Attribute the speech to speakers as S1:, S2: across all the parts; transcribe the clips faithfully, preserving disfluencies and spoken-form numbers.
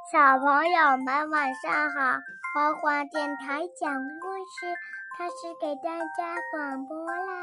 S1: 小朋友们晚上好，花花电台讲故事开始给大家广播啦。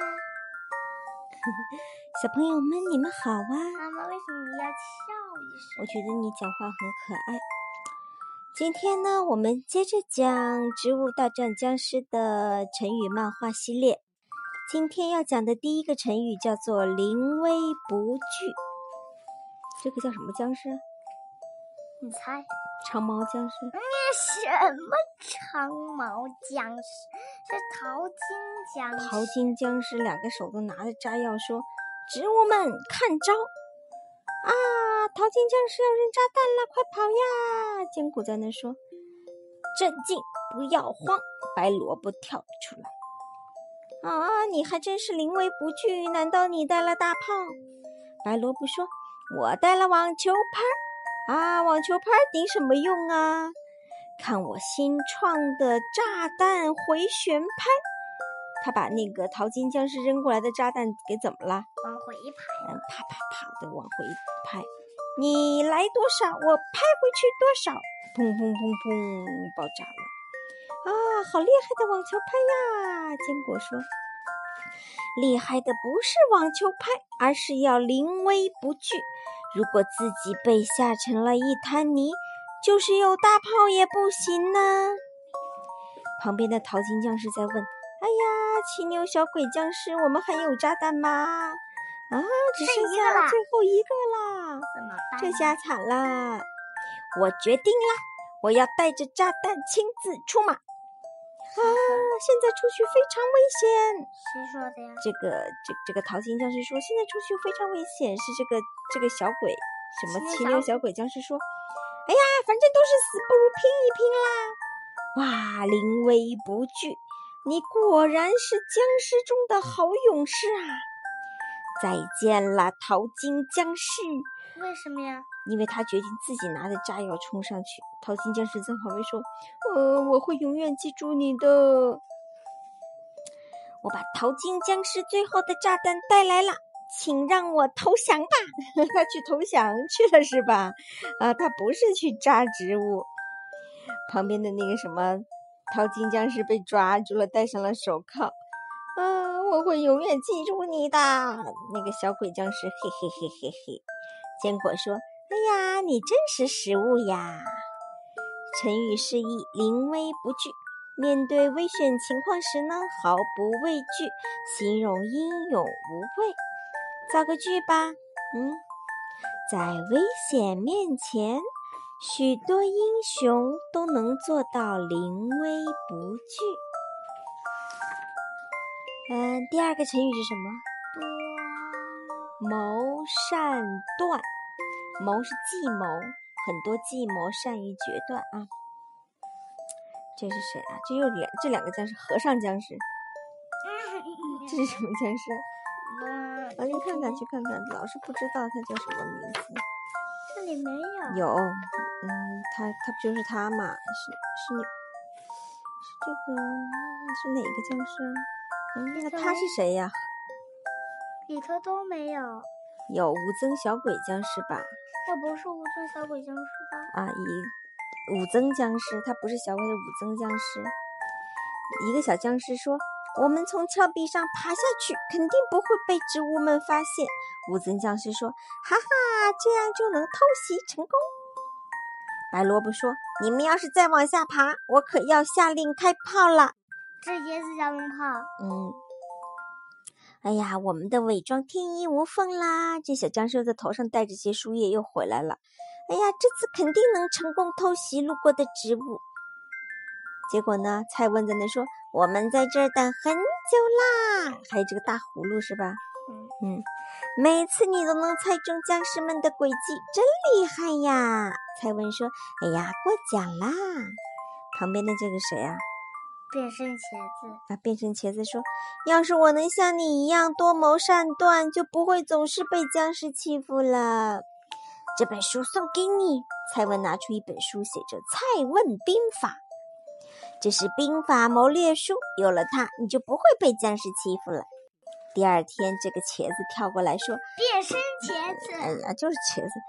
S2: 小朋友们你们好啊。
S1: 妈妈，为什么你要笑一声？
S2: 我觉得你讲话很可爱。今天呢，我们接着讲《植物大战僵尸》的成语漫画系列。今天要讲的第一个成语叫做临危不惧。这个叫什么僵尸？
S1: 你猜？
S2: 长毛僵尸？
S1: 你什么长毛僵尸？是淘金僵尸。
S2: 淘金僵尸两个手都拿着炸药说：“植物们看招！啊，淘金僵尸要扔炸弹了，快跑呀！”坚果在那说：“镇静，不要慌。”白萝卜跳了出来：“啊，你还真是临危不惧，难道你带了大炮？”白萝卜说：“我带了网球拍。”啊，网球拍顶什么用啊？看我新创的炸弹回旋拍。他把那个淘金僵尸扔过来的炸弹给怎么了？
S1: 往回一拍，
S2: 嗯，啪啪啪的往回拍。你来多少，我拍回去多少。砰砰砰砰，爆炸了。啊，好厉害的网球拍呀！坚果说，厉害的不是网球拍，而是要临危不惧。如果自己被吓成了一滩泥，就是有大炮也不行呢。旁边的淘金僵尸在问：“哎呀，骑牛小鬼僵尸，我们还有炸弹吗？”啊，只剩下最后一个啦！
S1: 怎么办？
S2: 这下惨啦！我决定啦，我要带着炸弹亲自出马。啊，现在出去非常危险。
S1: 谁说的呀？
S2: 这个这这个淘金僵尸说，现在出去非常危险。是这个这个小鬼，什么骑牛小鬼僵尸说，哎呀，反正都是死，不如拼一拼啦！哇，临危不惧，你果然是僵尸中的好勇士啊！再见了，淘金僵尸。
S1: 为什么呀？
S2: 因为他决定自己拿着炸药冲上去。淘金僵尸在旁边说：“呃，我会永远记住你的。我把淘金僵尸最后的炸弹带来了，请让我投降吧。”他去投降去了是吧？啊，他不是去炸植物。旁边的那个什么淘金僵尸被抓住了，戴上了手铐。啊，我会永远记住你的。那个小鬼僵尸嘿嘿嘿嘿嘿。坚果说：“哎呀，你真是食物呀！”成语释义：临危不惧。面对危险情况时呢，毫不畏惧，形容英勇无畏。造个句吧。嗯，在危险面前，许多英雄都能做到临危不惧。嗯，第二个成语是什么？谋善断。谋是计谋，很多计谋善于决断啊。这是谁啊？这又两这两个僵尸，和尚僵尸。这是什么僵尸？啊，你看看去看看，老是不知道它叫什么名字。
S1: 这里没有。
S2: 有，嗯，他他不就是他嘛？是是你，是这个是哪个僵尸啊？嗯，那个他是谁呀？
S1: 里头都没有。
S2: 有武增小鬼僵尸吧？
S1: 那不是武增小鬼僵尸吧？
S2: 啊，以武增僵尸，他不是小鬼，是武增僵尸。一个小僵尸说：“我们从峭壁上爬下去，肯定不会被植物们发现。”武增僵尸说：“哈哈，这样就能偷袭成功。”白萝卜说：“你们要是再往下爬，我可要下令开炮了。”
S1: 这也是小龙炮。
S2: 嗯。哎呀，我们的伪装天衣无缝啦！这小僵尸在头上带着些树叶又回来了。哎呀，这次肯定能成功偷袭路过的植物。结果呢，蔡文在那说：“我们在这儿等很久啦。”还有这个大葫芦是吧？
S1: 嗯
S2: 嗯，每次你都能猜中僵尸们的诡计，真厉害呀！蔡文说：“哎呀，过奖啦。”旁边的这个谁啊？
S1: 变身茄子
S2: 啊！变身茄子说：“要是我能像你一样多谋善断，就不会总是被僵尸欺负了。”这本书送给你。蔡文拿出一本书，写着《蔡问兵法》，这是兵法谋略书，有了它，你就不会被僵尸欺负了。第二天，这个茄子跳过来说：“
S1: 变身茄子。”
S2: 哎呀，就是茄子。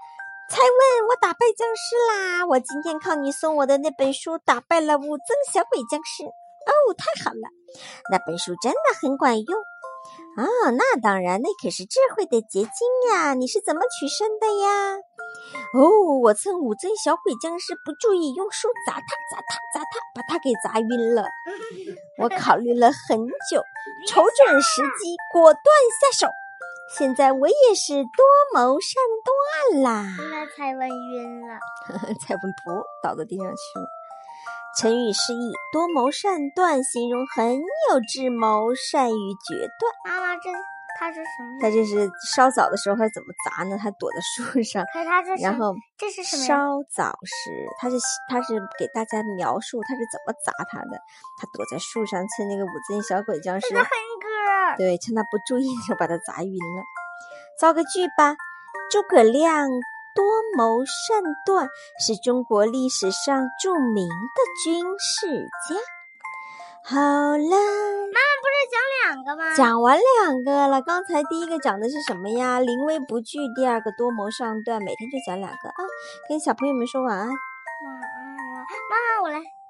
S2: 才问我打败僵尸啦！我今天靠你送我的那本书打败了武增小鬼僵尸。哦，太好了，那本书真的很管用。啊、哦，那当然，那可是智慧的结晶呀！你是怎么取胜的呀？哦，我趁武增小鬼僵尸不注意，用书砸他、砸他、砸他，把他给砸晕了。我考虑了很久，瞅准时机，果断下手。现在我也是多谋善断啦！
S1: 那蔡文晕了，
S2: 蔡文不倒到地上去了。成语释义：多谋善断，形容很有智谋，善于决断。
S1: 妈妈，这它是什么？
S2: 他这是烧枣的时候，他怎么砸呢？他躲在树上，
S1: 可是它这是
S2: 然后
S1: 这是什么？
S2: 烧枣时，他是他是给大家描述他是怎么砸他的。他躲在树上，趁那个武增小鬼僵尸，
S1: 这个黑个，
S2: 对，趁他不注意就把他砸晕了。造个句吧，诸葛亮多谋善断，是中国历史上著名的军事家。好了，
S1: 妈妈不是讲两个吗？
S2: 讲完两个了。刚才第一个讲的是什么呀？临危不惧。第二个多谋善断。每天就讲两个啊，跟小朋友们说晚安。
S1: 晚安了，妈妈，我来。